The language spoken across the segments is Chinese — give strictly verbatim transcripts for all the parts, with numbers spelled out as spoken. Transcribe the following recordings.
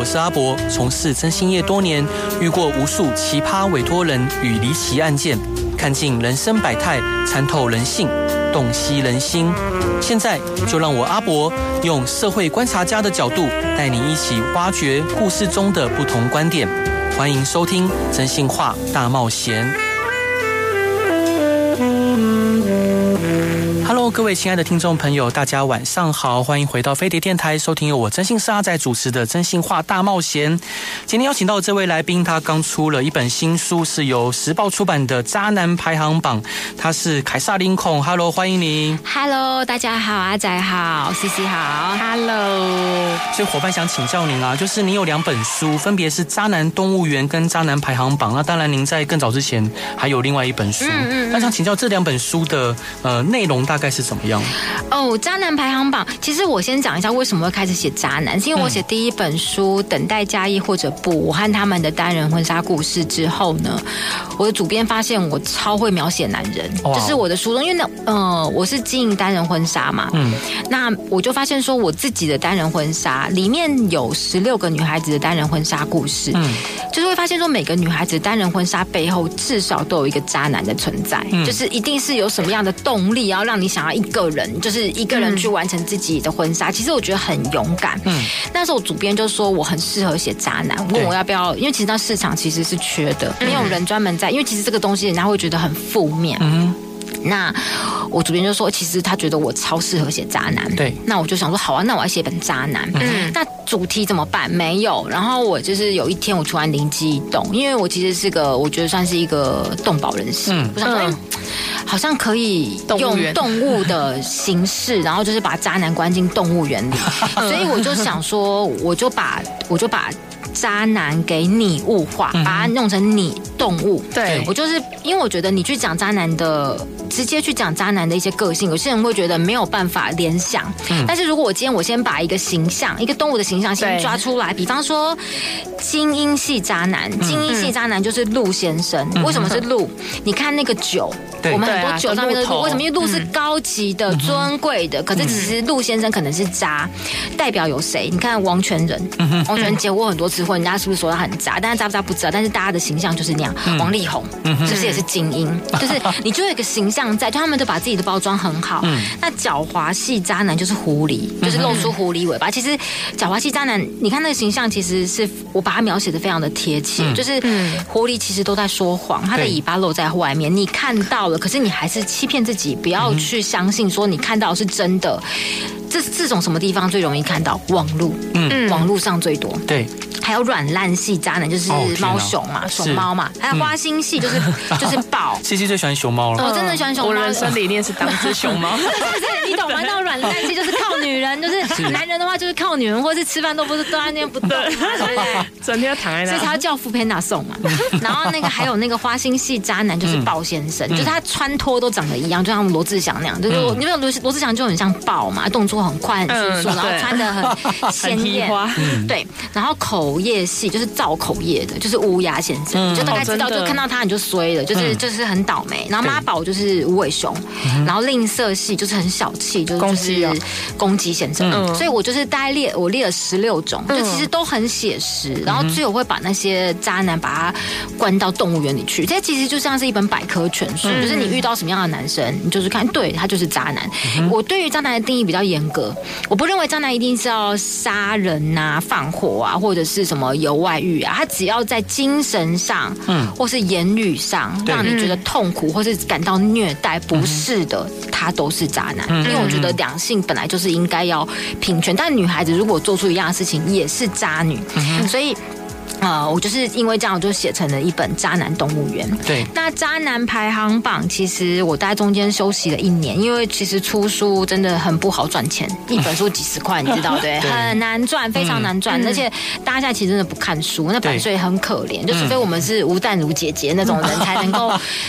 我是阿伯，从事征信业多年，遇过无数奇葩委托人与离奇案件，看尽人生百态，参透人性，洞悉人心。现在就让我阿伯用社会观察家的角度，带你一起挖掘故事中的不同观点。欢迎收听《真心话大冒险》。Hello， 各位亲爱的听众朋友，大家晚上好，欢迎回到飞碟电台，收听由我真心是阿仔主持的《真心话大冒险》。今天邀请到的这位来宾，他刚出了一本新书，是由时报出版的《渣男排行榜》，他是凯撒林孔。Hello， 欢迎您。 Hello， 大家好，阿仔好 ，C C 好 ，Hello。 所以伙伴想请教您啊，就是您有两本书，分别是《渣男动物园》跟《渣男排行榜》。那当然，您在更早之前还有另外一本书。嗯嗯嗯。那想请教这两本书的呃内容大概是怎么样？ 哦，渣男排行榜，其实我先讲一下为什么会开始写渣男，是因为我写第一本书《等待嘉义或者不》，我和他们的单人婚纱故事之后呢，我的主编发现我超会描写男人，这是我的书中，因为呢，呃，我是经营单人婚纱嘛，嗯，那我就发现说我自己的单人婚纱里面有十六个女孩子的单人婚纱故事，嗯，就是会发现说每个女孩子单人婚纱背后至少都有一个渣男的存在，嗯，就是一定是有什么样的动力，要让你想要一个人，就是一个人去完成自己的婚纱，嗯，其实我觉得很勇敢。嗯，那时候主编就说我很适合写渣男，问我要不要，因为其实那市场其实是缺的，没有人专门在，因为其实这个东西人家会觉得很负面。嗯。那我主编就说，其实他觉得我超适合写渣男。对，那我就想说，好啊，那我要写本渣男。嗯，那主题怎么办？没有。然后我就是有一天，我突然灵机一动，因为我其实是个，我觉得算是一个动保人士。嗯，我想说，嗯，好像可以用动物的形式，然后就是把渣男关进动物园里。所以我就想说，我就把我就把。渣男给拟物化，把它弄成拟动物。对，我就是因为我觉得你去讲渣男的，直接去讲渣男的一些个性，有些人会觉得没有办法联想。嗯，但是如果我今天我先把一个形象，一个动物的形象先抓出来，比方说精英系渣男，精英系渣男就是鹿先生。嗯，为什么是鹿？你看那个酒，我们很多酒上面的鹿，为什么？因为鹿是高级的、嗯、尊贵的，可是其实鹿先生可能是渣。代表有谁？你看王全仁，王全仁结过很多次婚，人家是不是说他很渣？但是渣不渣不知道，但是大家的形象就是那样。嗯，王力宏是不是也是精英？就是你就有一个形象在，就他们都把自己的包装很好。嗯，那狡猾系渣男就是狐狸，就是露出狐狸尾巴。其实狡猾系渣男，你看那个形象，其实是我把它描写的非常的贴切。嗯，就是狐狸其实都在说谎，它的尾巴露在外面，你看到了，可是你还是欺骗自己，不要去相信说你看到的是真的。这这种什么地方最容易看到？网路，嗯，网路上最多。对。还有软烂系渣男，就是猫熊嘛，熊猫嘛，还有花心系，就是就是豹。 七七最喜欢熊猫了， 我真的喜欢熊猫。 我人生理念是当只熊猫。 你懂吗？那种软烂系就是靠女人，就是男人的话就是靠女人，或是吃饭都不是都在那边不动，对不对？ 整天躺在那， 所以他要叫foodpanda送嘛。然后那个还有那个花心系渣男，就是豹先生，就是他穿脱都长得一样，就像罗志祥那样，就是我，因为罗罗志祥就很像豹嘛，动作很快很迅速，然后穿得很鲜艳，对，然后口业系就是造口业的，就是乌鸦先生，你就大概知道，就看到他你就衰了，就是就是很倒霉。然后妈宝就是无尾熊，然后吝啬系就是很小气，就是就是公鸡先生。所以我就是大概列我列了十六种，就其实都很写实。然后最后会把那些渣男把他关到动物园里去，这其实就像是一本百科全书，就是你遇到什么样的男生，你就是看，对他就是渣男。我对于渣男的定义比较严格，我不认为渣男一定是要杀人啊、放火啊，或者是什么有外遇啊，他只要在精神上，嗯，或是言语上让你觉得痛苦，或是感到虐待、不适的，他都是渣男。因为我觉得两性本来就是应该要平权，但女孩子如果做出一样的事情，也是渣女，所以。呃，我就是因为这样，我就写成了一本《渣男动物园》。对，那《渣男排行榜》其实我大概中间休息了一年，因为其实出书真的很不好赚钱，一本书几十块，你知道对？对，很难赚，非常难赚，嗯、而且大家现在其实真的不看书，那版税很可怜，就除非我们是吴淡如姐姐那种人才能够。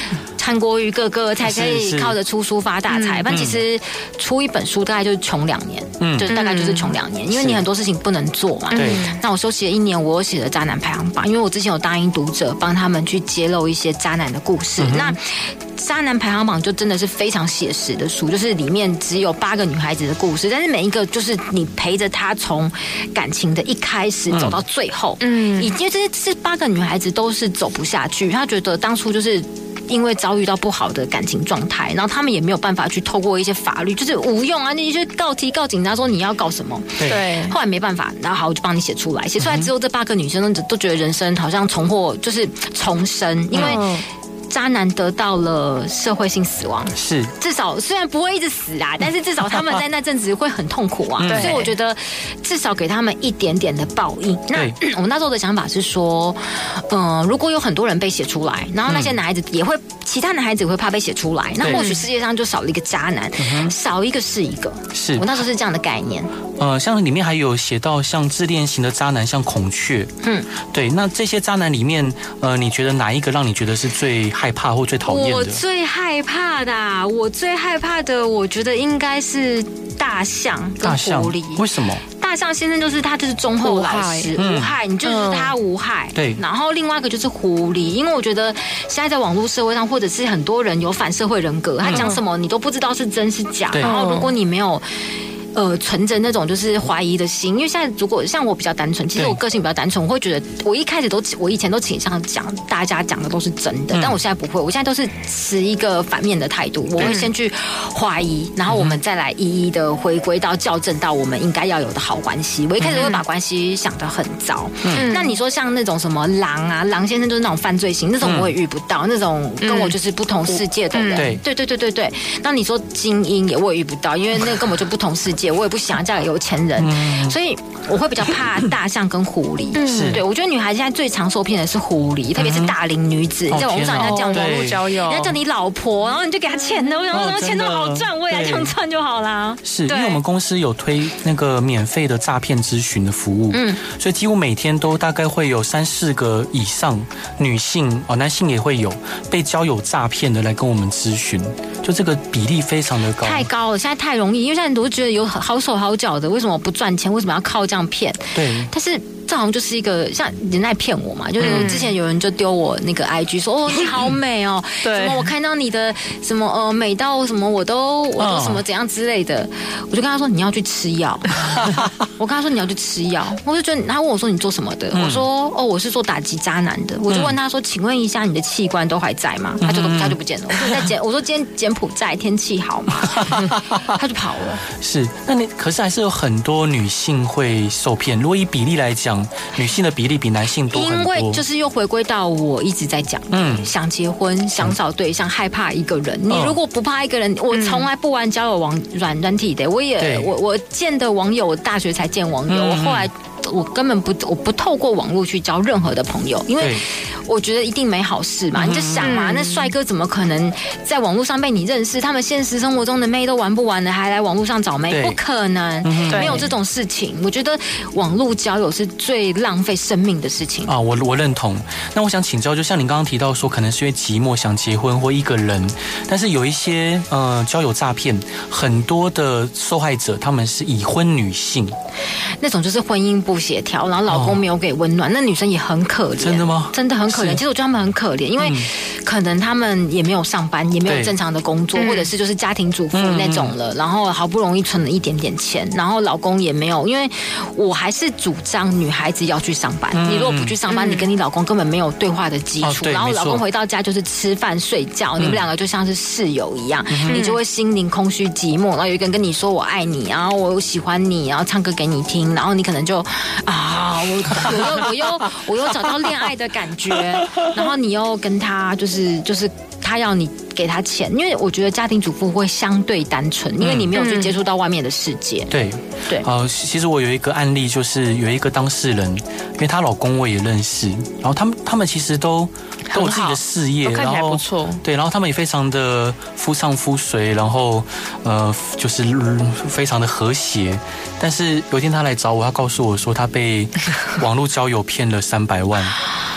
韩国瑜哥哥才可以靠着出书发大财。但其实出一本书大概就是穷两年，嗯，就是大概就是穷两年，因为你很多事情不能做嘛。 对。 那我休息了一年，我有写了渣男排行榜，因为我之前有答应读者帮他们去揭露一些渣男的故事。嗯、那渣男排行榜就真的是非常写实的书，就是里面只有八个女孩子的故事，但是每一个就是你陪着她从感情的一开始走到最后，嗯，因为这些这八个女孩子都是走不下去，她觉得当初就是因为遭遇到不好的感情状态，然后他们也没有办法去透过一些法律，就是无用啊！你就告提告警察说你要告什么， 对， 后来没办法，然后好我就帮你写出来，写出来之后，这八个女生都都觉得人生好像重获，就是重生，因为。嗯渣男得到了社会性死亡， 是至少虽然不会一直死啊，但是至少他们在那阵子会很痛苦啊，嗯、所以我觉得至少给他们一点点的报应。那我那时候的想法是说，嗯、呃，如果有很多人被写出来，然后那些男孩子也会，嗯、其他男孩子也会怕被写出来，那或许世界上就少了一个渣男，嗯、少一个是一个。 是我那时候是这样的概念。 呃，像里面还有写到像自恋型的渣男，像孔雀，嗯，对，那这些渣男里面，呃，你觉得哪一个让你觉得是最害怕或最讨厌的？ 我最害怕的、啊，我最害怕的，我觉得应该是大象跟狐狸。 为什么？ 大象先生就是他就是忠厚老实无害，你就是他无害。对。然后另外一个就是狐狸，因为我觉得现在在网络社会上，或者是很多人有反社会人格，他讲什么你都不知道是真是假。然后如果你没有。呃，存着那种就是怀疑的心，因为现在如果像我比较单纯，其实我个性比较单纯，我会觉得我一开始都我以前都倾向讲大家讲的都是真的，嗯、但我现在不会，我现在都是持一个反面的态度，我会先去怀疑，然后我们再来一一的回归到校正到我们应该要有的好关系。我一开始会把关系想得很糟，嗯、那你说像那种什么狼啊，狼先生就是那种犯罪型，那种我也遇不到，那种跟我就是不同世界的人，嗯、对对对对对。那你说精英也我也遇不到，因为那个根本就不同世界。我也不想嫁给有钱人，嗯、所以我会比较怕大象跟狐狸。嗯、对，我觉得女孩子现在最常受骗的是狐狸，嗯、特别是大龄女子，在网络上人家讲网络交友，人家叫你老婆，然后你就给她钱的。我想说什么钱那么好赚，我也来这样赚就好啦。 是因为我们公司有推那个免费的诈骗咨询的服务，嗯，所以几乎每天都大概会有三四个以上女性哦，男性也会有被交友诈骗的来跟我们咨询，就这个比例非常的高， 太高了，现在太容易，因为现在我觉得有好手好脚的，为什么不赚钱？为什么要靠这样骗？对，但是这好像就是一个像人在骗我嘛，就是之前有人就丢我那个 I G 说、嗯、哦你好美哦，对，什么我看到你的什么呃美到什么我都我都什么怎样之类的，我就跟他说你要去吃药，我跟他说你要去吃药，我就觉得他问我说你做什么的，嗯、我说哦我是做打击渣男的，我就问他说请问一下你的器官都还在吗？他就他就不见了，我说在柬我说今天柬埔寨天气好吗？他就跑了。 是，那你可是还是有很多女性会受骗，如果以比例来讲。女性的比例比男性多很多， 因为就是又回归到我一直在讲，嗯，想结婚、想找对象、害怕一个人。你如果不怕一个人，我从来不玩交友网软软体的，我也我我见的网友，我大学才见网友，我后来。我根本不，我不透过网络去交任何的朋友，因为我觉得一定没好事嘛。你就想嘛，那帅哥怎么可能在网络上被你认识？他们现实生活中的妹都玩不完的，还来网络上找妹，不可能，没有这种事情。我觉得网络交友是最浪费生命的事情啊！我我认同。那我想请教，就像你刚刚提到说，可能是因为寂寞想结婚或一个人，但是有一些呃交友诈骗，很多的受害者他们是已婚女性， 那种就是婚姻不。不协调，然后老公没有给温暖，哦、那女生也很可怜。 真的吗？ 真的很可怜。其实我觉得他们很可怜，因为可能他们也没有上班，也没有正常的工作，或者是就是家庭主妇那种了。嗯、然后好不容易存了一点点钱，然后老公也没有。因为我还是主张女孩子要去上班。嗯、你如果不去上班，嗯、你跟你老公根本没有对话的基础。哦、然后老公回到家就是吃饭睡觉，嗯、你们两个就像是室友一样，嗯、你就会心灵空虚寂寞。然后有一个人跟你说我爱你，然后我喜欢你，然后唱歌给你听，然后你可能就。啊，我我又我又我又找到恋爱的感觉，然后你又跟他就是就是他要你给他钱，因为我觉得家庭主妇会相对单纯，因为你没有去接触到外面的世界。嗯、对对，呃，其实我有一个案例，就是有一个当事人，因为她老公我也认识，然后他们他们其实都都有自己的事业， 看起来不错， 对，然后他们也非常的夫唱妇随，然后呃就是非常的和谐，但是有一天他来找我，他告诉我说他被网络交友骗了三百万。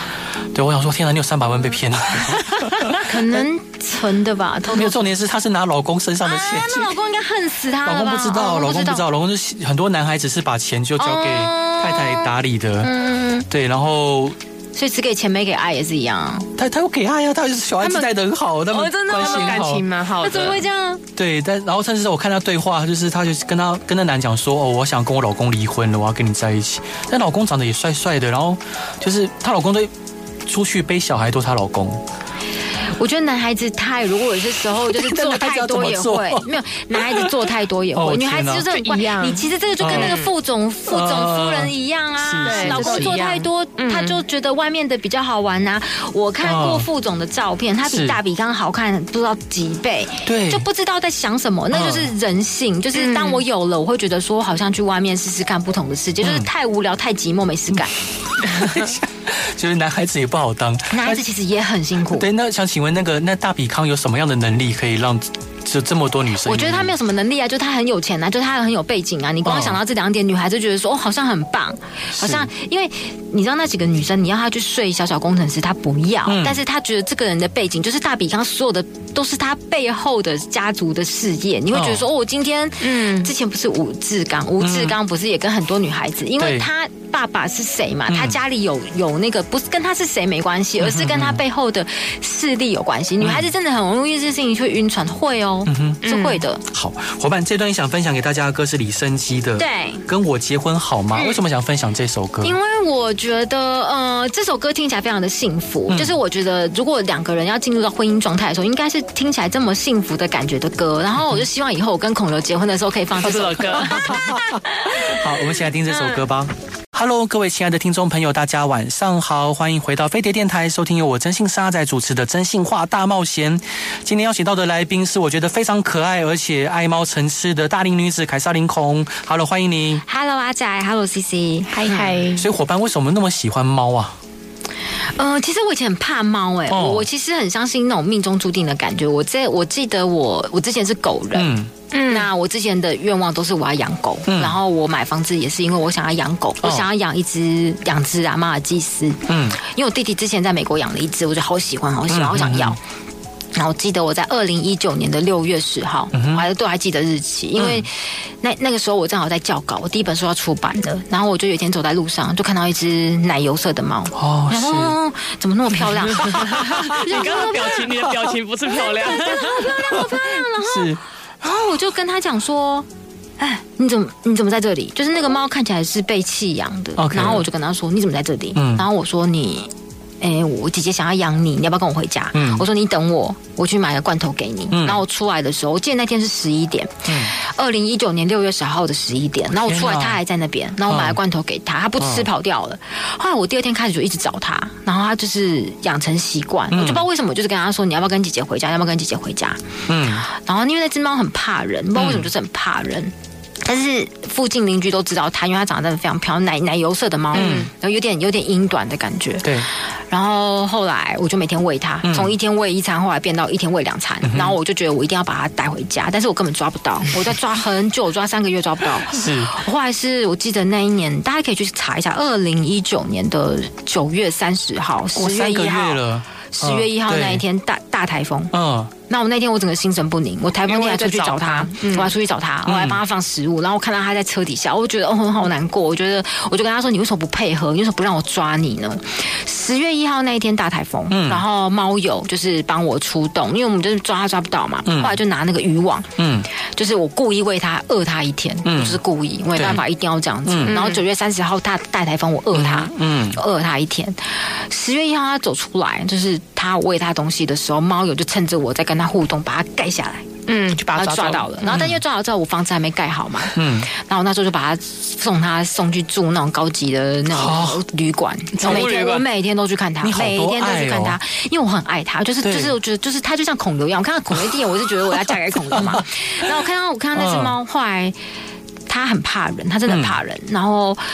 对，我想说，天哪，你有三百万被骗了， 可能存的吧。 没有，重点是她是拿老公身上的钱， 啊、那老公应该恨死她了吧？ 老公不知道， 哦、 老公不知道，老公是很多男孩子是把钱就交给太太打理的，嗯，对，然后。 所以只给钱没给爱也是一样、啊， 他他有给爱呀、啊，他就是小孩子带得很好，他们关系很好， 感情蛮好的。 那怎么会这样？ 对，但然后甚至我看他对话，就是他就跟他跟那男讲说，哦，我想跟我老公离婚了，我要跟你在一起。但老公长得也帅帅的，然后就是她老公都出去背小孩都是她老公。 我觉得男孩子太，如果有些时候就是做太多也会，没有男孩子做太多也会，哦、女孩子就是很怪。你其实这个就跟那个副总、呃、副总夫人一样啊， 对， 老公做太多，他就觉得外面的比较好玩啊。我看过副总的照片，他比大比刚好看不知道几倍， 对， 就不知道在想什么，那就是人性。就是当我有了，我会觉得说，好像去外面试试看不同的世界，就是太无聊、太寂寞、没事干。 就是男孩子也不好当， 男孩子其实也很辛苦。 对，那想请问那个那大比康有什么样的能力可以让这这么多女生？ 我觉得他没有什么能力啊，就他很有钱啊，就他很有背景啊。你光想到这两点，女孩子觉得说哦，好像很棒，好像因为你知道那几个女生，你要她去睡小小工程师，她不要，嗯、但是她觉得这个人的背景就是大比康所有的都是他背后的家族的事业，你会觉得说哦，我今天嗯，之前不是吴志刚，吴志刚不是也跟很多女孩子，因为他爸爸是谁嘛，他家里有有那个不是跟他是谁没关系，而是跟他背后的势力有关系。女孩子真的很容易这件事情会晕船，会哦，是会的。 好，伙伴，这段想分享给大家的歌是李昇基的， 对， 跟我结婚好吗？为什么想分享这首歌？ 因为我觉得呃，这首歌听起来非常的幸福，就是我觉得如果两个人要进入到婚姻状态的时候，应该是听起来这么幸福的感觉的歌。然后我就希望以后我跟孔刘结婚的时候可以放这首歌。 好，我们先来听这首歌吧。Hello， 各位亲爱的听众朋友，大家晚上好，欢迎回到飞碟电台，收听由我真性沙仔主持的真性话大冒险。今天邀请到的来宾是我觉得非常可爱而且爱猫成痴的大龄女子凯撒琳孔。Hello， 欢迎你。 Hello， 阿仔 ，Hello， C C， 嗨嗨。 所以伙伴为什么那么喜欢猫啊？ 呃，其实我以前很怕猫哎、欸， oh. 我我其实很相信那种命中注定的感觉。我在我记得我我之前是狗人。嗯嗯，那我之前的愿望都是我要养狗、嗯，然后我买房子也是因为我想要养狗，哦、我想要养一只两只啊马尔济斯，嗯，因为我弟弟之前在美国养了一只，我就好喜欢好喜欢，好想要。嗯嗯嗯然后我记得我在二零一九年的六月十号，嗯、我还都还记得日期，因为那那个时候我正好在校稿，我第一本书要出版了，然后我就有一天走在路上，就看到一只奶油色的猫，哦，然后、哦、怎么那么漂亮？ 你刚刚表情，你的表情不是漂亮， 好漂亮，好漂亮，然后是，然后我就跟他讲说。哎，你怎么你怎么在这里？就是那个猫看起来是被弃养的， okay. 然后我就跟他说你怎么在这里？嗯、然后我说你。哎，我姐姐想要养你，你要不要跟我回家？嗯，我说你等我，我去买个罐头给你。嗯，然后我出来的时候，我记得那天是十一点，嗯，二零一九年六月十号的十一点。然后我出来，他还在那边，然后我买了罐头给他，他不吃跑掉了。后来我第二天开始就一直找他，然后他就是养成习惯，我就不知道为什么，就是跟他说你要不要跟姐姐回家，要不要跟姐姐回家？嗯，然后因为那只猫很怕人，不知道为什么就是很怕人。但是附近邻居都知道它，因为它长得真的非常漂亮，奶奶油色的猫，嗯，然后有点有点英短的感觉。对。然后后来我就每天喂它，从、嗯、一天喂一餐，后来变到一天喂两餐、嗯。然后我就觉得我一定要把它带回家，但是我根本抓不到，我在抓很久，抓三个月抓不到。是。后来是我记得那一年，大家可以去查一下，二零一九年的九月三十号，十月一号了。十月一号那一天大大台风，嗯，那我那天我整个心神不宁，我台风天还出去找他，嗯、我还出去找他，我还帮他放食物，然后我看到他在车底下，我觉得哦很好难过，我觉得我就跟他说你为什么不配合，你为什么不让我抓你呢？十月一号那一天大台风，嗯，然后猫友就是帮我出动，因为我们就是抓他抓不到嘛，嗯、后来就拿那个渔网，嗯，就是我故意喂他饿他一天，嗯，就是故意没办法一定要这样子，嗯、然后九月三十号大大台风我饿他，嗯，我饿他一天，十月一号他走出来就是。他喂他东西的时候，猫友就趁着我在跟他互动，把他盖下来，嗯，就把他抓到了。然后，但因为抓到之后，我房子还没盖好嘛，嗯，然后那时候就把他送他送去住那种高级的那种旅馆，哦、每天我每天都去看他，每天都去看他，因为我很爱他，就是就是我觉得就是他就像孔刘一样，我看到孔刘第一眼，我就觉得我要嫁给孔刘嘛。然后我看到我看到那只猫，后来他很怕人，他真的怕人，嗯、然后。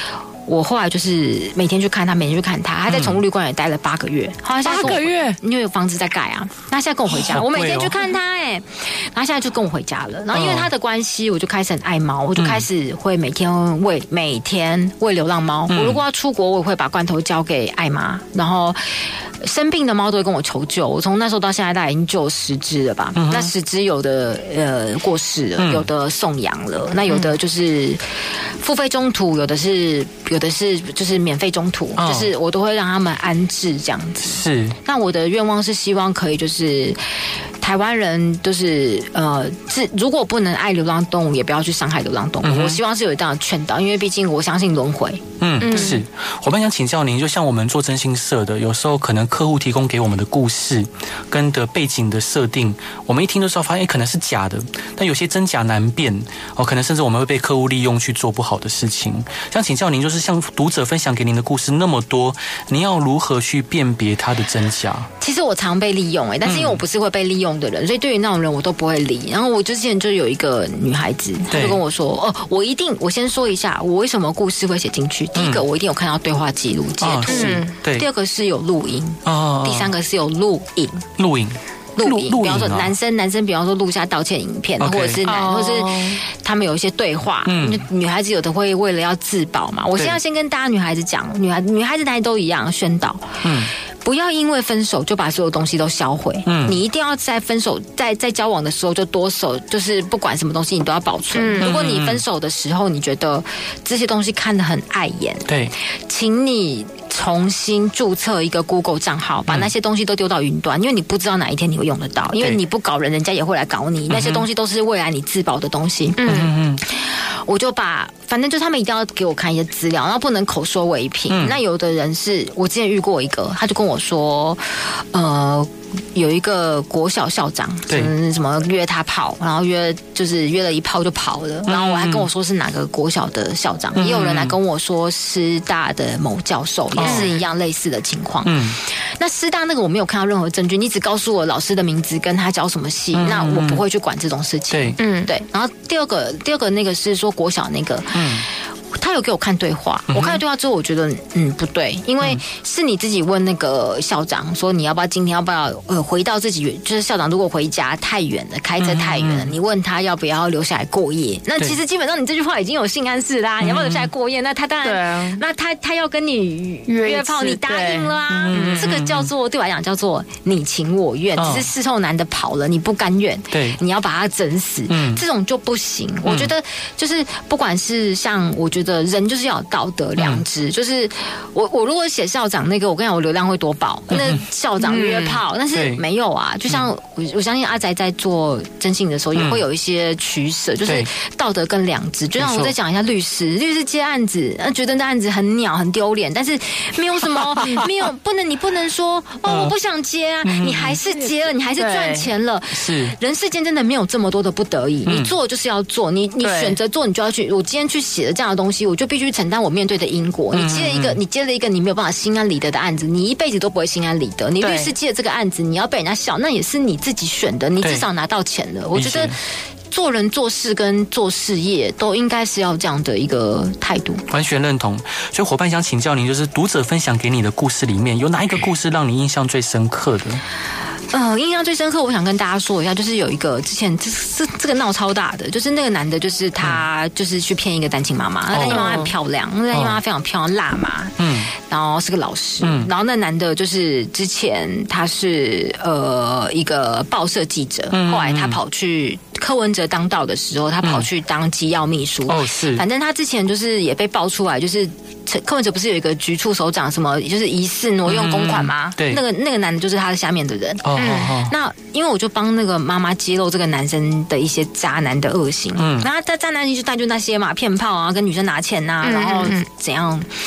我后来就是每天去看他，每天去看他。他在宠物旅馆也待了八个月，后来八个月， 因为有房子在盖啊。那现在跟我回家，我每天去看他哎、欸，然后现在就跟我回家了。然后因为他的关系，我就开始很爱猫，我就开始会每天喂，每天喂流浪猫。我如果要出国，我也会把罐头交给艾妈，然后生病的猫都会跟我求救。我从那时候到现在，大概已经救十只了吧？嗯、那十只有的呃过世了，有的送养了，那有的就是付费中途，有的是。有的是就是免费中途，哦、就是我都会让他们安置这样子。 是， 那我的愿望是希望可以就是台湾人就是呃，如果不能爱流浪动物，也不要去伤害流浪动物。嗯、我希望是有一这样的劝导，因为毕竟我相信轮回。 嗯，嗯是。伙伴想请教您，就像我们做征信社的，有时候可能客户提供给我们的故事跟的背景的设定，我们一听就知道发现，哎，可能是假的，但有些真假难辨哦，可能甚至我们会被客户利用去做不好的事情。想请教您，就是像读者分享给您的故事那么多，您要如何去辨别它的真假？ 其实我常被利用哎、欸，但是因为我不是会被利用的人，嗯、所以对于那种人我都不会理。然后我之前就有一个女孩子，她就跟我说：“哦，我一定，我先说一下，我为什么故事会写进去。第一个，我一定有看到对话记录、截图； 嗯、对， 第二个是有录音； 哦、 第三个是有录影。 录影。” 录影，比方说男生，男生比方说录下道歉影片， okay, 或者是男， oh. 或者是他们有一些对话。嗯，女孩子有的会为了要自保嘛。我现在先跟大家女孩子讲，女孩女孩子哪里都一样，宣导。嗯。不要因为分手就把所有东西都销毁。嗯，你一定要在分手在在交往的时候就多手，就是不管什么东西你都要保存。嗯、如果你分手的时候你觉得这些东西看得很碍眼， 对， 请你重新注册一个 Google 账号，把那些东西都丢到云端，因为你不知道哪一天你会用得到，因为你不搞人，人家也会来搞你。那些东西都是未来你自保的东西。嗯嗯，我就把反正就他们一定要给我看一些资料，然后不能口说为凭。嗯、那有的人是我之前遇过一个，他就跟我说，呃。有一个国小校长，嗯，什么约他泡，然后约就是约了一泡就跑了，然后我还跟我说是哪个国小的校长，嗯、也有人来跟我说师大的某教授，嗯、也是一样类似的情况。嗯，那师大那个我没有看到任何证据，你只告诉我老师的名字跟他教什么系，嗯、那我不会去管这种事情。 对， 嗯，对。然后第二个，第二个那个是说国小那个，嗯。他有给我看对话，我看了对话之后，我觉得嗯不对，因为是你自己问那个校长说你要不要今天要不要呃回到自己，就是校长如果回家太远了，开车太远了，你问他要不要留下来过夜，那其实基本上你这句话已经有性暗示啦，你要不要留下来过夜？那他当然，那他他要跟你约炮，你答应了啊，这个叫做对我来讲叫做你情我愿，只是事后男的跑了，你不甘愿， 对， 你要把他整死，这种就不行。我觉得就是不管是像我觉得。人就是要有道德良知，嗯、就是我我如果写校长那个，我跟你讲，我流量会多爆。嗯、那校长约炮，嗯、但是没有啊。就像我我相信阿宅在做征信的时候，也会有一些取舍，嗯、就是道德跟良知。就像我再讲一下律师，律师接案子，觉得那案子很鸟很丢脸，但是没有什么没有不能你不能说哦我不想接啊，嗯、你还是接了，你还是赚钱了。 是人世间真的没有这么多的不得已，嗯、你做就是要做，你你选择做，你就要去。我今天去写了这样的东西。我就必须承担我面对的因果。你接了一个，你接了一个你没有办法心安理得的案子，你一辈子都不会心安理得。你律师接了这个案子，你要被人家笑，那也是你自己选的，你至少拿到钱了。我觉得做人做事跟做事业都应该是要这样的一个态度。 完全认同。所以伙伴想请教您，就是读者分享给你的故事里面，有哪一个故事让你印象最深刻的？ 呃，印象最深刻，我想跟大家说一下，就是有一个之前这这这个闹超大的，就是那个男的，就是他就是去骗一个单亲妈妈，那、嗯、单亲妈妈很漂亮，那、哦、单亲妈妈非常漂亮，辣妈，嗯，然后是个老师，嗯，然后那男的就是之前他是呃一个报社记者，嗯、后来他跑去柯文哲当道的时候，他跑去当机要秘书， 哦是， 反正他之前就是也被爆出来，就是柯文哲不是有一个局处首长什么，就是疑似挪用公款吗？ 嗯、对， 那个那个男的就是他的下面的人。 哦嗯， 那因为我就帮那个妈妈揭露这个男生的一些渣男的恶行，嗯，然后他渣男就带就那些嘛，骗炮啊，跟女生拿钱呐、啊，然后怎样，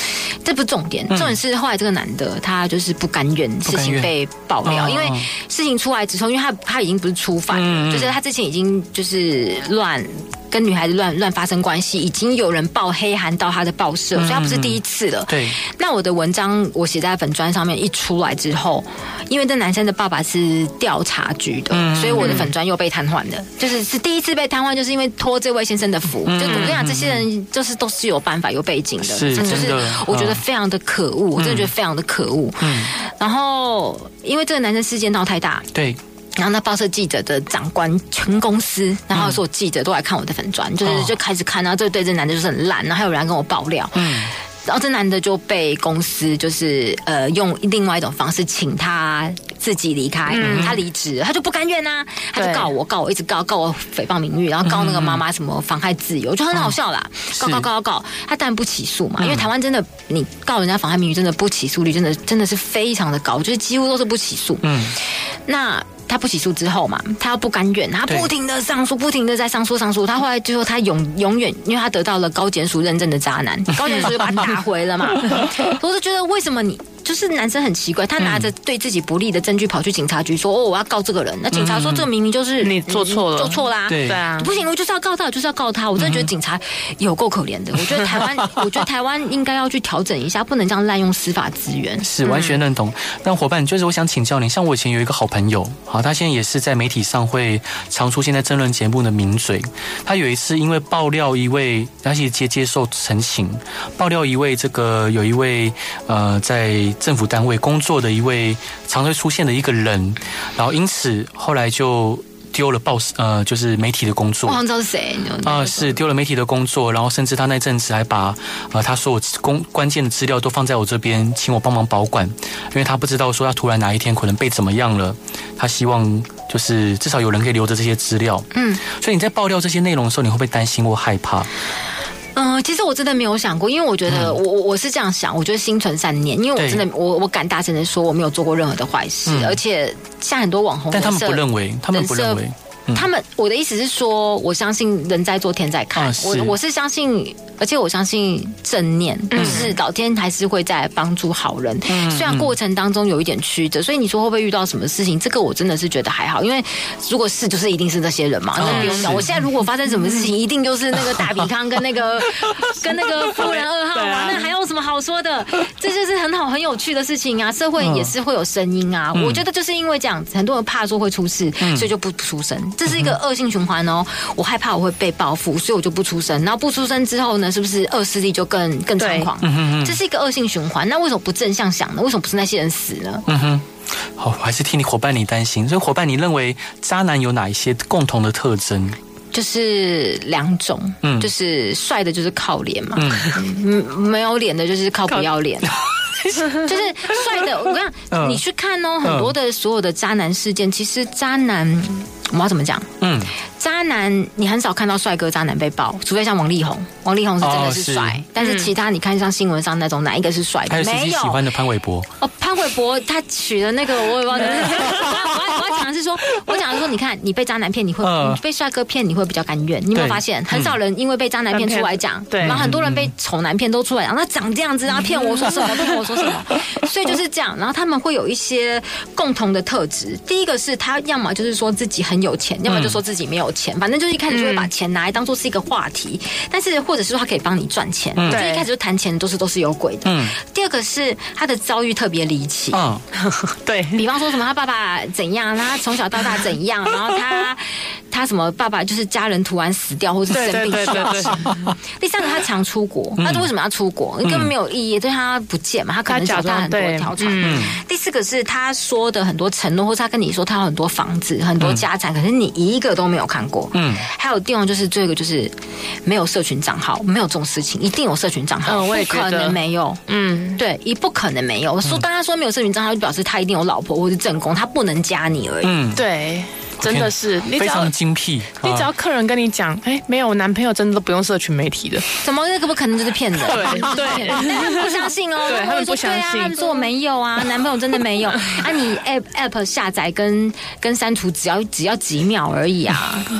这不是重点，重点是后来这个男的他就是不甘愿事情被爆料，哦、因为事情出来之后，因为他他已经不是初犯了，嗯、就是他之前已经就是乱。跟女孩子乱乱发生关系，已经有人报黑函到他的报社，嗯、所以他不是第一次了。 对， 那我的文章我写在粉专上面一出来之后，因为这男生的爸爸是调查局的，嗯、所以我的粉专又被瘫痪了。就是是第一次被瘫痪，就是因为托这位先生的福。嗯、就我跟你讲，这些人就是都是有办法、有背景的， 是就是我觉得非常的可恶，嗯、我真的觉得非常的可恶。嗯，然后因为这个男生事件闹太大， 对。 然后那报社记者的长官全公司，然后所有记者都来看我的粉专，嗯、就是就开始看，然后这对这男的就是很烂，然后还有人来跟我爆料，嗯，然后这男的就被公司就是呃用另外一种方式请他自己离开，嗯、他离职，他就不甘愿啊，他就告我，告我一直告告我诽谤名誉，然后告那个妈妈什么妨害自由，就很好笑啦，嗯、告告告告，他当然不起诉嘛，嗯、因为台湾真的你告人家妨害名誉，真的不起诉率真的真的是非常的高，就是几乎都是不起诉，嗯，那。他不起诉之后嘛，他又不甘愿，他不停的上诉，不停的在上诉上诉。他后来最后他永永远，因为他得到了高检署认证的渣男，高检署就把他打回了嘛。我就觉得为什么你就是男生很奇怪，他拿着对自己不利的证据跑去警察局说：“哦，我要告这个人。”那警察说：“这个明明就是你做错了， 做错啦。” 对啊， 不行，我就是要告他，我就是要告他。我真的觉得警察有够可怜的。我觉得台湾，我觉得台湾应该要去调整一下，不能这样滥用司法资源。 是完全认同。那伙伴，就是我想请教你，像我以前有一个好朋友，好，他现在也是在媒体上会常出现在争论节目的名嘴。他有一次因为爆料一位，他也接接受陈情，爆料一位这个有一位呃在政府单位工作的一位常会出现的一个人，然后因此后来就丢了报呃就是媒体的工作。 我好像知道是谁啊、呃，是丢了媒体的工作，然后甚至他那阵子还把呃他所有公关键的资料都放在我这边，请我帮忙保管，因为他不知道说他突然哪一天可能被怎么样了，他希望就是至少有人可以留着这些资料。嗯，所以你在爆料这些内容的时候，你会不会担心或害怕？ 嗯、呃，其实我真的没有想过，因为我觉得我我我是这样想，我觉得心存善念，因为我真的我我敢大声的说我没有做过任何的坏事，嗯、而且像很多网红， 但他们不认为，他们不认为。 他们，我的意思是说，我相信人在做天在看，啊、我我是相信，而且我相信正念，嗯、就是老天还是会在帮助好人。嗯、虽然过程当中有一点曲折，所以你说会不会遇到什么事情？这个我真的是觉得还好，因为如果是就是一定是那些人嘛，那不用讲。我现在如果发生什么事情，一定就是那个大比康跟那个跟那个夫人二号啊，那还有什么好说的？这就是很好很有趣的事情啊，社会也是会有声音啊。嗯、我觉得就是因为这样子，很多人怕说会出事，嗯、所以就不出声。这是一个恶性循环哦，我害怕我会被报复，所以我就不出声。然后不出声之后呢，是不是恶势力就更更猖狂？这是一个恶性循环。那为什么不正向想呢？为什么不是那些人死呢？嗯哼， 好，我还是替你伙伴你担心。所以伙伴，你认为渣男有哪一些共同的特征？ 就是两种，嗯，就是帅的，就是靠脸嘛，嗯，没有脸的，就是靠不要脸。就是帅的，我跟你讲，你去看哦，很多的所有的渣男事件，其实渣男，我们要怎么讲？嗯，渣男你很少看到帅哥渣男被爆，除非像王力宏，王力宏是真的是帅，哦、是但是其他你看像新闻上那种哪一个是帅的？ 还有自己喜欢的潘玮柏哦，潘玮柏他娶的那个我也忘记了。我要我要讲的是说，我讲的是说，你看你被渣男骗，你会、呃、你被帅哥骗，你会比较甘愿。你有没有发现，很少人因为被渣男骗出来讲，对，然后很多人被丑男骗都出来讲，他长这样子，然后骗我说什么，骗我说什么，所以就是这样。然后他们会有一些共同的特质，第一个是他要么就是说自己很有钱，要么就说自己没有钱，反正就是一开始就会把钱拿来当做是一个话题，但是或者是说他可以帮你赚钱，嗯、就一开始就谈钱都是都是有鬼的。嗯、第二个是他的遭遇特别离奇，嗯、 对， 比方说什么他爸爸怎样，他从小到大怎样，然后他他什么爸爸就是家人突然死掉或是生病需要钱。第三个他常出国，他为什么要出国？根本没有意义，对他不见嘛，他可能脚踏很多条船。嗯、第四个是他说的很多承诺，或是他跟你说他有很多房子、很多家产，可是你一个都没有看过。嗯，还有第二个就是最后一个就是没有社群账号，没有这种事情，一定有社群账号，嗯、我也不可能没有。嗯，对，一不可能没有。说当他说没有社群账号，就表示他一定有老婆或是正宫，他不能加你而已。嗯， 对。真的是， 非常精辟。 你只要客人跟你讲，哎、欸，没有，我男朋友真的都不用社群媒体的， 怎么那个不可能就是骗人？ 对对，但他们不相信哦， 对他们不相信， 他们说我没有啊，男朋友真的没有啊，你 app app 下载跟跟删除只要只要几秒而已啊。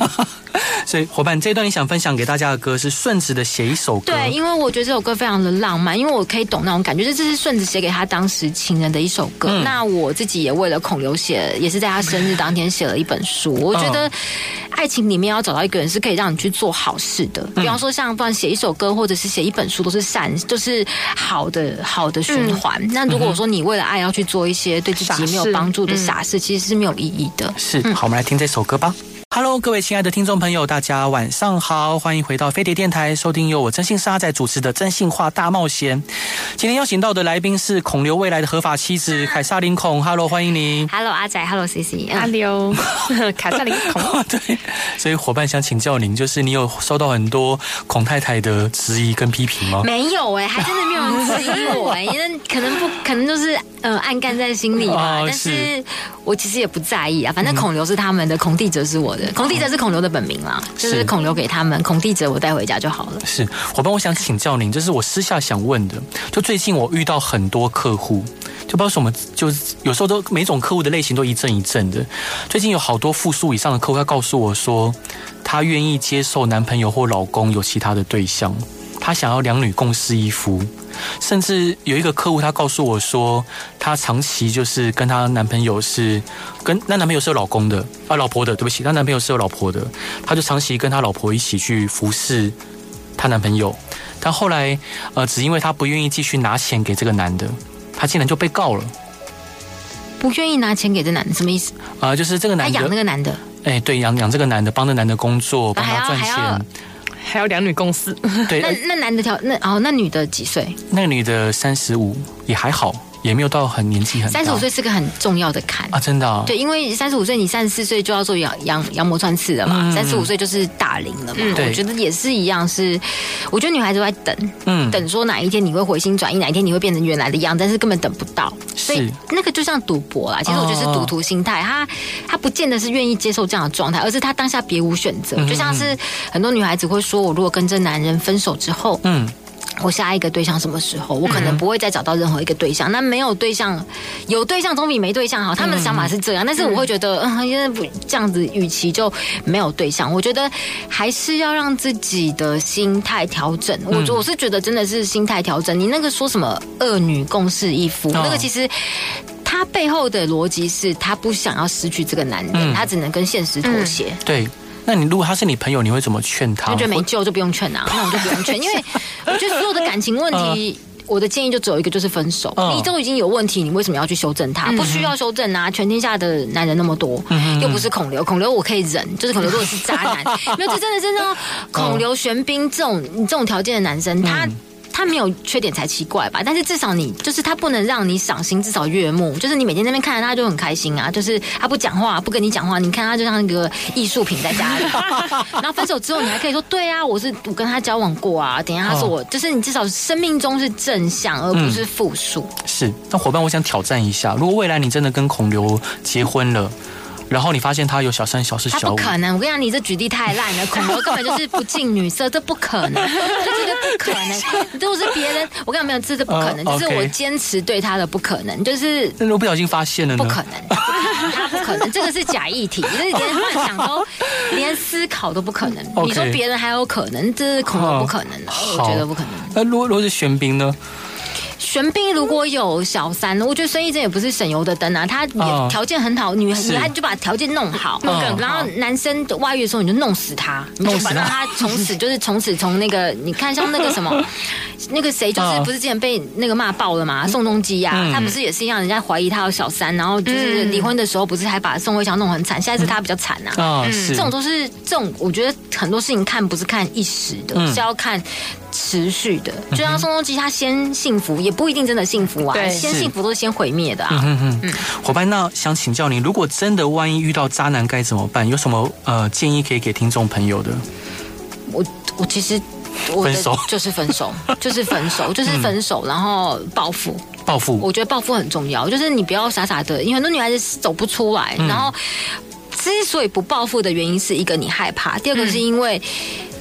所以伙伴，这一段你想分享给大家的歌是顺子的《写一首歌》。 对，因为我觉得这首歌非常的浪漫，因为我可以懂那种感觉，这是顺子写给他当时情人的一首歌。嗯、那我自己也为了孔刘写，也是在他生日当天写了一本书。我觉得爱情里面要找到一个人是可以让你去做好事的，比方说像不然写一首歌或者是写一本书都是善，就是好的好的循环。嗯、那如果说你为了爱要去做一些对自己没有帮助的傻事，嗯、其实是没有意义的。 是，好，我们来听这首歌吧。Hello， 各位亲爱的听众朋友，大家晚上好，欢迎回到飞碟电台，收听由我真心是阿仔主持的真心话大冒险。今天邀请到的来宾是孔刘未来的合法妻子凯撒琳孔。Hello， 欢迎你。 Hello， 阿仔 ，Hello C C，Hello， 凯撒琳孔。 对，所以伙伴想请教您，就是你有收到很多孔太太的质疑跟批评吗？ 没有哎、欸，还真的没有人质疑我哎、欸，因为可能不可能就是呃暗干在心里吧，哦、但是我其实也不在意啊，反正孔刘是他们的，孔地哲是我的。孔地哲是孔刘的本名啦，就是孔刘给他们，孔地哲我带回家就好了。 是，伙伴，我想请教您，这是我私下想问的。就最近我遇到很多客户，就不知道什么，就是有时候都每种客户的类型都一阵一阵的。最近有好多复数以上的客户，他告诉我说，他愿意接受男朋友或老公有其他的对象，他想要两女共侍一夫。甚至有一个客户，他告诉我说，她长期就是跟她男朋友是跟那男朋友是有老公的啊，老婆的，对不起，她男朋友是有老婆的，她就长期跟她老婆一起去服侍她男朋友，但后来呃，只因为她不愿意继续拿钱给这个男的，她竟然就被告了。 不愿意拿钱给这男的什么意思？ 啊、呃，就是这个男的他养那个男的， 哎、欸，对，养养这个男的，帮这男的工作，帮他赚钱。 还有两女共侍， 对， 那那男的条那哦，那女的几岁？ 那个女的三十五，也还好，也没有到很年纪很大。 三十五岁是个很重要的坎啊，真的、啊。 对，因为三十五岁你三十四岁就要做羊羊羊膜穿刺了嘛，三十五岁就是大龄了嘛。嗯、我觉得也是一样是，是我觉得女孩子都在等，嗯，等说哪一天你会回心转意，哪一天你会变成原来的样，但是根本等不到。所以那个就像赌博啦，其实我觉得是赌徒心态，他他不见得是愿意接受这样的状态，而是他当下别无选择。就像是很多女孩子会说，我如果跟这男人分手之后，嗯。我下一个对象什么时候？我可能不会再找到任何一个对象。那没有对象，有对象总比没对象好。他们的想法是这样，但是我会觉得，嗯，因为不这样子，与其就没有对象，我觉得还是要让自己的心态调整。我我是觉得真的是心态调整。你那个说什么二女共侍一夫，那个其实。他背后的逻辑是他不想要失去这个男人，嗯、他只能跟现实妥协。 嗯、对，那你如果他是你朋友，你会怎么劝他？ 我觉得没救就不用劝啊，那我就不用劝，因为我觉得所有的感情问题。呃我的建议就只有一个，就是分手。哦、你都已经有问题，你为什么要去修正它？嗯、不需要修正啊！全天下的男人那么多，嗯、又不是孔刘，孔刘我可以忍，就是孔刘如果是渣男，没有，这真的真的，孔刘、玄彬这种这种条件的男生，他。嗯他没有缺点才奇怪吧，但是至少你就是他不能让你赏心，至少悦目，就是你每天在那边看着他就很开心啊，就是他不讲话不跟你讲话，你看他就像那个艺术品在家里。然后分手之后你还可以说对啊，我是我跟他交往过啊，等一下他说我、哦、就是你至少生命中是正向而不是负数、嗯。是， 那伙伴我想挑战一下，如果未来你真的跟孔刘结婚了。然后你发现他有小三、小四、小五， 他不可能！我跟你讲，你这举例太烂了，孔刘根本就是不近女色，这不可能，这绝对不可能。如果是别人，我跟你讲没有，这是不可能，就、uh, 是我坚持对他的不可能，就是如果不小心发现了呢？ 不可能，不可能，他不可能，这个是假议题，就是连幻想都、连思考都不可能。Okay. 你说别人还有可能，这是孔刘不可能的， uh, 我觉得不可能。 那如果如果是玄彬呢？ 玄彬如果有小三，我觉得孙艺珍也不是省油的灯啊，他也条件很好，女女孩就把条件弄好，然后男生外遇的时候你就弄死他，你就把让他从此就是从此从那个你看像那个什么那个谁就是不是之前被那个骂爆了嘛，宋仲基啊，嗯、他不是也是一样，人家怀疑他有小三，然后就是离婚的时候不是还把宋慧乔弄很惨，现在是他比较惨啊，嗯、这种都是这种，我觉得很多事情看不是看一时的，嗯、是要看。持续的，就像宋仲基，他先幸福也不一定真的幸福啊，先幸福都是先毁灭的啊。嗯嗯嗯。伙伴，那想请教你，如果真的万一遇到渣男该怎么办？有什么呃建议可以给听众朋友的？ 我我其实我分手就是分手，就是分手，就是分手，然后报复。 报复， 我觉得报复很重要，就是你不要傻傻的，因为很多女孩子走不出来，嗯、然后之所以不报复的原因是一个你害怕，第二个是因为。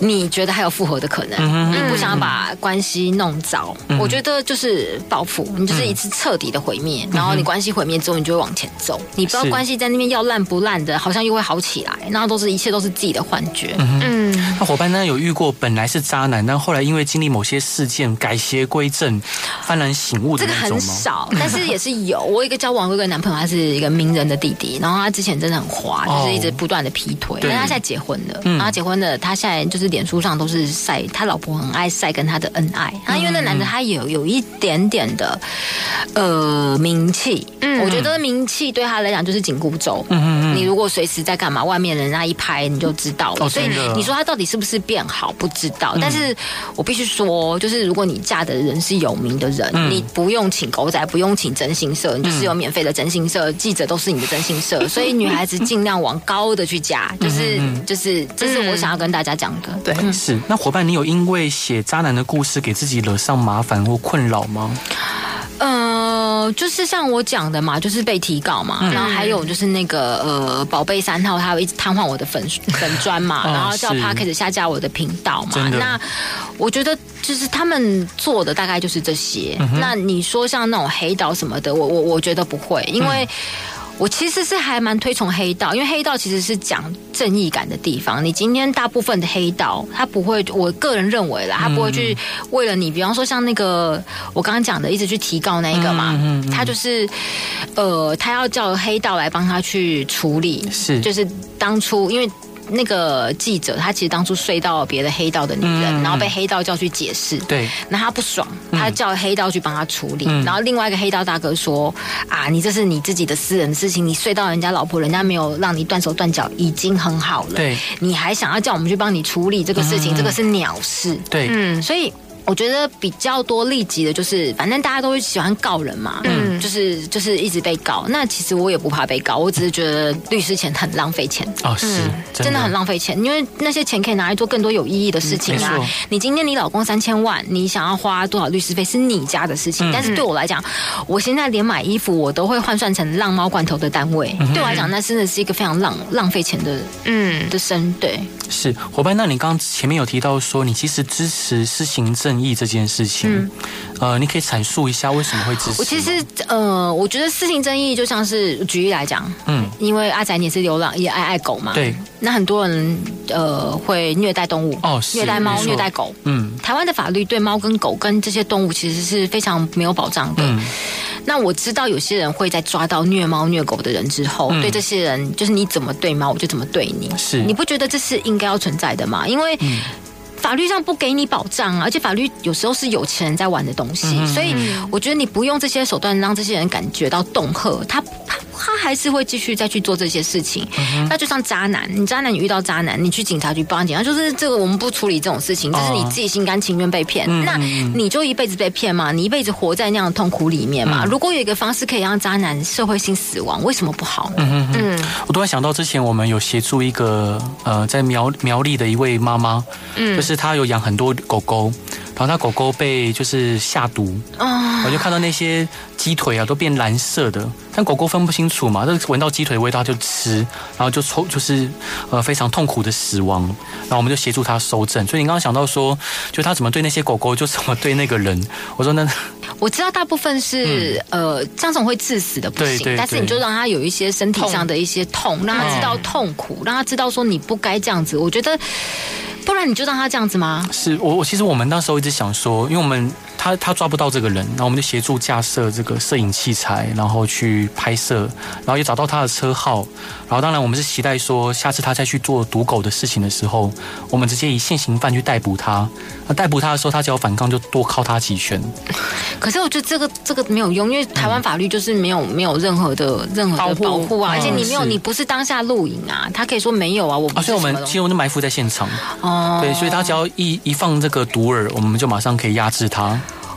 你觉得还有复合的可能，嗯、你不想把关系弄糟，嗯、我觉得就是报复，你就是一次彻底的毁灭，嗯、然后你关系毁灭之后，你就会往前走，你不知道关系在那边要烂不烂的，好像又会好起来，然后都是一切都是自己的幻觉。嗯， 嗯那伙伴呢有遇过本来是渣男，但后来因为经历某些事件改邪归正、幡然醒悟的那种吗？ 这个很少，但是也是有。我有一个交往过一个男朋友，他是一个名人的弟弟，然后他之前真的很滑，就是一直不断的劈腿，但他现在结婚了，然后他结婚了，他现在就是脸书上都是晒他老婆很爱晒跟他的恩爱，然后因为那男的他有有一点点的呃名气，嗯，我觉得名气对他来讲就是紧箍咒，嗯嗯，你如果随时在干嘛，外面人家一拍你就知道了，所以你说他到底是不是变好不知道，但是我必须说，就是如果你嫁的人是有名的人，你不用请狗仔，不用请征信社，你就是有免费的征信社，记者都是你的征信社，所以女孩子尽量往高的去嫁，就是就是这是我想要跟大家讲的。 对，嗯、是。那伙伴，你有因为写渣男的故事给自己惹上麻烦或困扰吗？ 呃，就是像我讲的嘛，就是被提告嘛，嗯、然后还有就是那个呃，宝贝三号，他会一直瘫痪我的粉粉专嘛，哦、然后叫 Podcast 下架我的频道嘛。那我觉得就是他们做的大概就是这些。嗯、那你说像那种黑道什么的，我我我觉得不会，因为。嗯我其实是还蛮推崇黑道，因为黑道其实是讲正义感的地方。你今天大部分的黑道，他不会，我个人认为啦，他不会去为了你，比方说像那个我刚刚讲的，一直去提告那一个嘛，嗯嗯嗯、他就是呃，他要叫黑道来帮他去处理，是，就是当初因为。那个记者他其实当初睡到别的黑道的女人，嗯、然后被黑道叫去解释，对，那他不爽，他叫黑道去帮他处理，嗯、然后另外一个黑道大哥说啊，你这是你自己的私人的事情，你睡到人家老婆，人家没有让你断手断脚，已经很好了，对，你还想要叫我们去帮你处理这个事情，嗯、这个是鸟事，对，嗯，所以。我觉得比较多利己的就是，反正大家都会喜欢告人嘛，嗯，就是就是一直被告。那其实我也不怕被告，我只是觉得律师钱很浪费钱哦，是、嗯、真, 真的很浪费钱，因为那些钱可以拿来做更多有意义的事情啊。嗯、你今天你老公三千万，你想要花多少律师费是你家的事情，嗯、但是对我来讲，我现在连买衣服我都会换算成浪猫罐头的单位，嗯、对我来讲那真的是一个非常浪浪费钱的嗯的生对。 是伙伴，那你刚刚前面有提到说，你其实支持施行正义这件事情，嗯、呃，你可以阐述一下为什么会支持？ 我其实呃，我觉得施行正义就像是举例来讲，嗯，因为阿仔你是流浪也爱爱狗嘛，对，那很多人呃会虐待动物，哦，虐待猫、虐待狗，嗯，台湾的法律对猫跟狗跟这些动物其实是非常没有保障的。嗯，那我知道有些人会在抓到虐猫虐狗的人之后，嗯、对这些人就是你怎么对猫，我就怎么对你，是你不觉得这是应该要存在的吗？因为。嗯法律上不给你保障啊，而且法律有时候是有钱人在玩的东西，嗯、所以我觉得你不用这些手段让这些人感觉到恫吓，他他他还是会继续再去做这些事情。嗯、那就像渣男，你渣男你遇到渣男，你去警察局报案，警察就是这个我们不处理这种事情，这是你自己心甘情愿被骗，哦、那你就一辈子被骗嘛，你一辈子活在那样的痛苦里面嘛。嗯、如果有一个方式可以让渣男社会性死亡，为什么不好？嗯嗯，我突然想到之前我们有协助一个呃在苗苗栗的一位妈妈，嗯，就是。他有养很多狗狗，然后他狗狗被就是下毒，我就看到那些鸡腿啊都变蓝色的，但狗狗分不清楚嘛，这闻到鸡腿的味道就吃，然后就抽就是呃非常痛苦的死亡，然后我们就协助他收证。所以你刚刚想到说，就他怎么对那些狗狗，就怎么对那个人。我说那我知道大部分是、嗯、呃这种会致死的不行，对对对，但是你就让他有一些身体上的一些痛，痛让他知道痛苦，嗯、让他知道说你不该这样子。我觉得。不然你就让他这样子吗？ 是我我其实我们那时候一直想说，因为我们他他抓不到这个人，然后我们就协助架设这个摄影器材，然后去拍摄，然后也找到他的车号，然后当然我们是期待说，下次他再去做毒狗的事情的时候，我们直接以现行犯去逮捕他。那逮捕他的时候，他只要反抗，就多敲他几拳。 可是我觉得这个这个没有用，因为台湾法律就是没有没有任何的任何的保护啊，而且你没有你不是当下录影啊，他可以说没有啊，我不是什么东西。所以我们其实我们埋伏在现场。哦，对，所以他只要一一放这个毒饵，我们就马上可以压制他。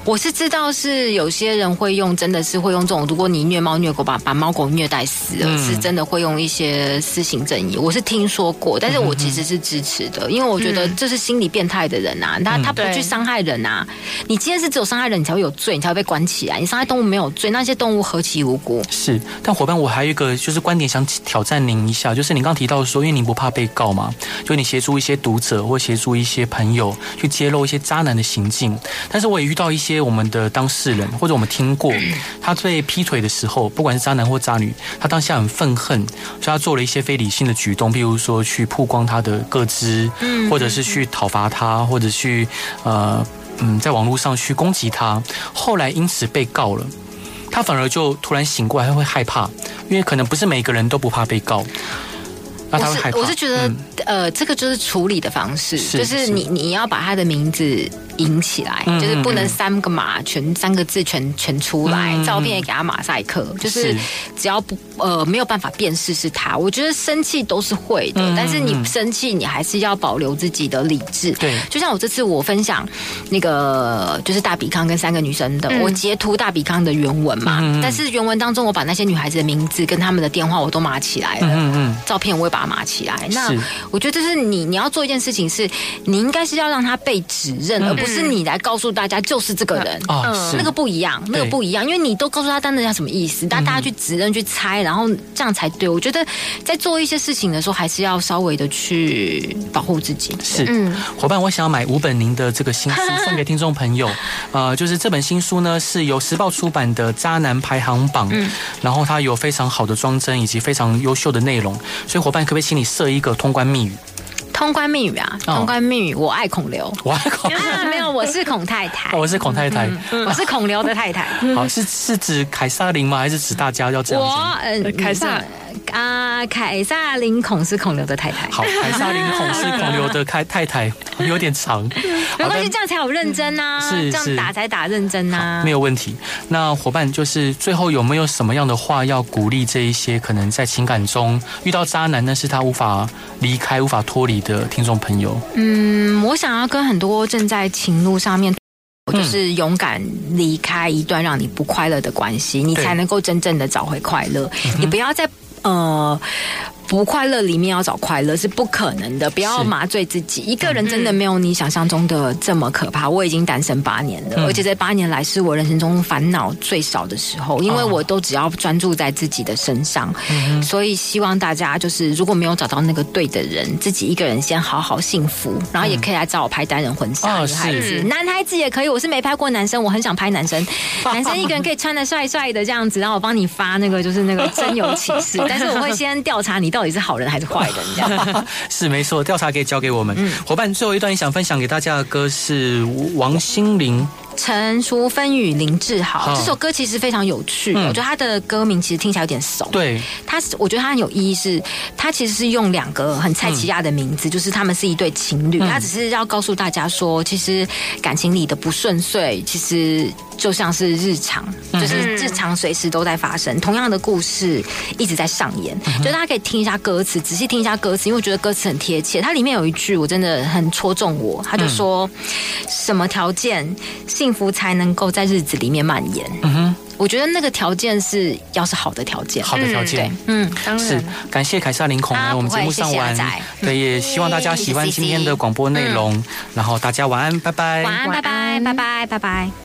我是知道是有些人会用，真的是会用这种，如果你虐猫虐狗把把猫狗虐待死了，嗯、是真的会用一些私刑正义。我是听说过，但是我其实是支持的，因为我觉得这是心理变态的人啊，他他不去伤害人啊。你今天是只有伤害人，你才会有罪，你才会被关起来。你伤害动物没有罪，那些动物何其无辜。 是，但伙伴，我还有一个就是观点想挑战您一下，就是您刚提到说，因为您不怕被告嘛，就你协助一些读者或协助一些朋友去揭露一些渣男的行径，但是我也遇到一些我们的当事人，或者我们听过他被劈腿的时候，不管是渣男或渣女，他当下很愤恨，所以他做了一些非理性的举动，比如说去曝光他的个资，或者是去讨伐他，或者去呃嗯在网络上去攻击他，后来因此被告了。他反而就突然醒过来，他会害怕，因为可能不是每个人都不怕被告。那他会害怕。 我是我是觉得，嗯、呃，这个就是处理的方式，是就是你你要把他的名字引起来，嗯、就是不能三个码全三个字全全出来，嗯、照片也给他马赛克，就是只要不呃没有办法辨识是他。我觉得生气都是会的，嗯、但是你生气你还是要保留自己的理智。对，就像我这次我分享那个就是大比康跟三个女生的，嗯、我截图大比康的原文嘛，嗯、但是原文当中我把那些女孩子的名字跟他们的电话我都码起来了，嗯嗯、照片我也把它码起来。那我觉得这是你你要做一件事情是，你应该是要让他被指认，嗯、而不是你来告诉大家就是这个人，嗯、那个不一样，那个不一样，因为你都告诉他，但人家什么意思？大家去指认去猜，然后这样才对。我觉得在做一些事情的时候，还是要稍微的去保护自己。 是，嗯、伙伴，我想要买五本您的这个新书送给听众朋友。呃，就是这本新书呢是由时报出版的《渣男排行榜》，嗯、然后它有非常好的装帧以及非常优秀的内容，所以伙伴可不可以请你设一个通关密语？ 通关密语啊，通关密语，我爱孔刘， 我爱孔刘， 啊，没有，我是孔太太， 哦、我是孔太太， 嗯、我是孔刘的太太。 好，是是指凯撒琳吗？还是指大家要这样子？ 我嗯，凯撒啊，凯撒琳孔是孔刘的太太。 好，凯撒琳孔是孔刘的太太太，有点长， 没关系，这样才有认真啊，是这样打才打认真啊， 没有问题。那伙伴就是最后有没有什么样的话要鼓励这一些可能在情感中遇到渣男，但是他无法离开、无法脱离的听众朋友？ 嗯，我想要跟很多正在情路上面，就是勇敢离开一段让你不快乐的关系，你才能够真正的找回快乐。你不要再呃。不快乐里面要找快乐是不可能的，不要麻醉自己。一个人真的没有你想象中的这么可怕。我已经单身八年了，嗯、而且这八年来是我人生中烦恼最少的时候，因为我都只要专注在自己的身上。嗯、所以希望大家就是如果没有找到那个对的人，自己一个人先好好幸福，然后也可以来找我拍单人婚纱。女孩子、男孩子也可以，我是没拍过男生，我很想拍男生。男生一个人可以穿得帅帅的这样子，然后我帮你发那个就是那个真有启事，但是我会先调查你到底是好人还是坏人，这样是没错。调查可以交给我们、嗯、伙伴。最后一段你想分享给大家的歌是王心凌陈淑芬与林志豪、哦、这首歌其实非常有趣、嗯、我觉得他的歌名其实听起来有点怂。 对， 他我觉得他很有意义，是他其实是用两个很菜奇亚的名字、嗯、就是他们是一对情侣、嗯、他只是要告诉大家说其实感情里的不顺遂其实就像是日常，就是日常随时都在发生，同样的故事一直在上演、嗯、就大家可以听一下歌词，仔细听一下歌词，因为我觉得歌词很贴切。它里面有一句我真的很戳中我，他就说、嗯、什么条件幸福才能够在日子里面蔓延。嗯哼，我觉得那个条件是要是好的条件， 好的条件。 嗯，当然是感谢凯撒琳孔来我们节目上玩，对，也希望大家喜欢今天的广播内容。然后大家晚安，拜拜， 晚安，拜拜，拜拜，拜拜。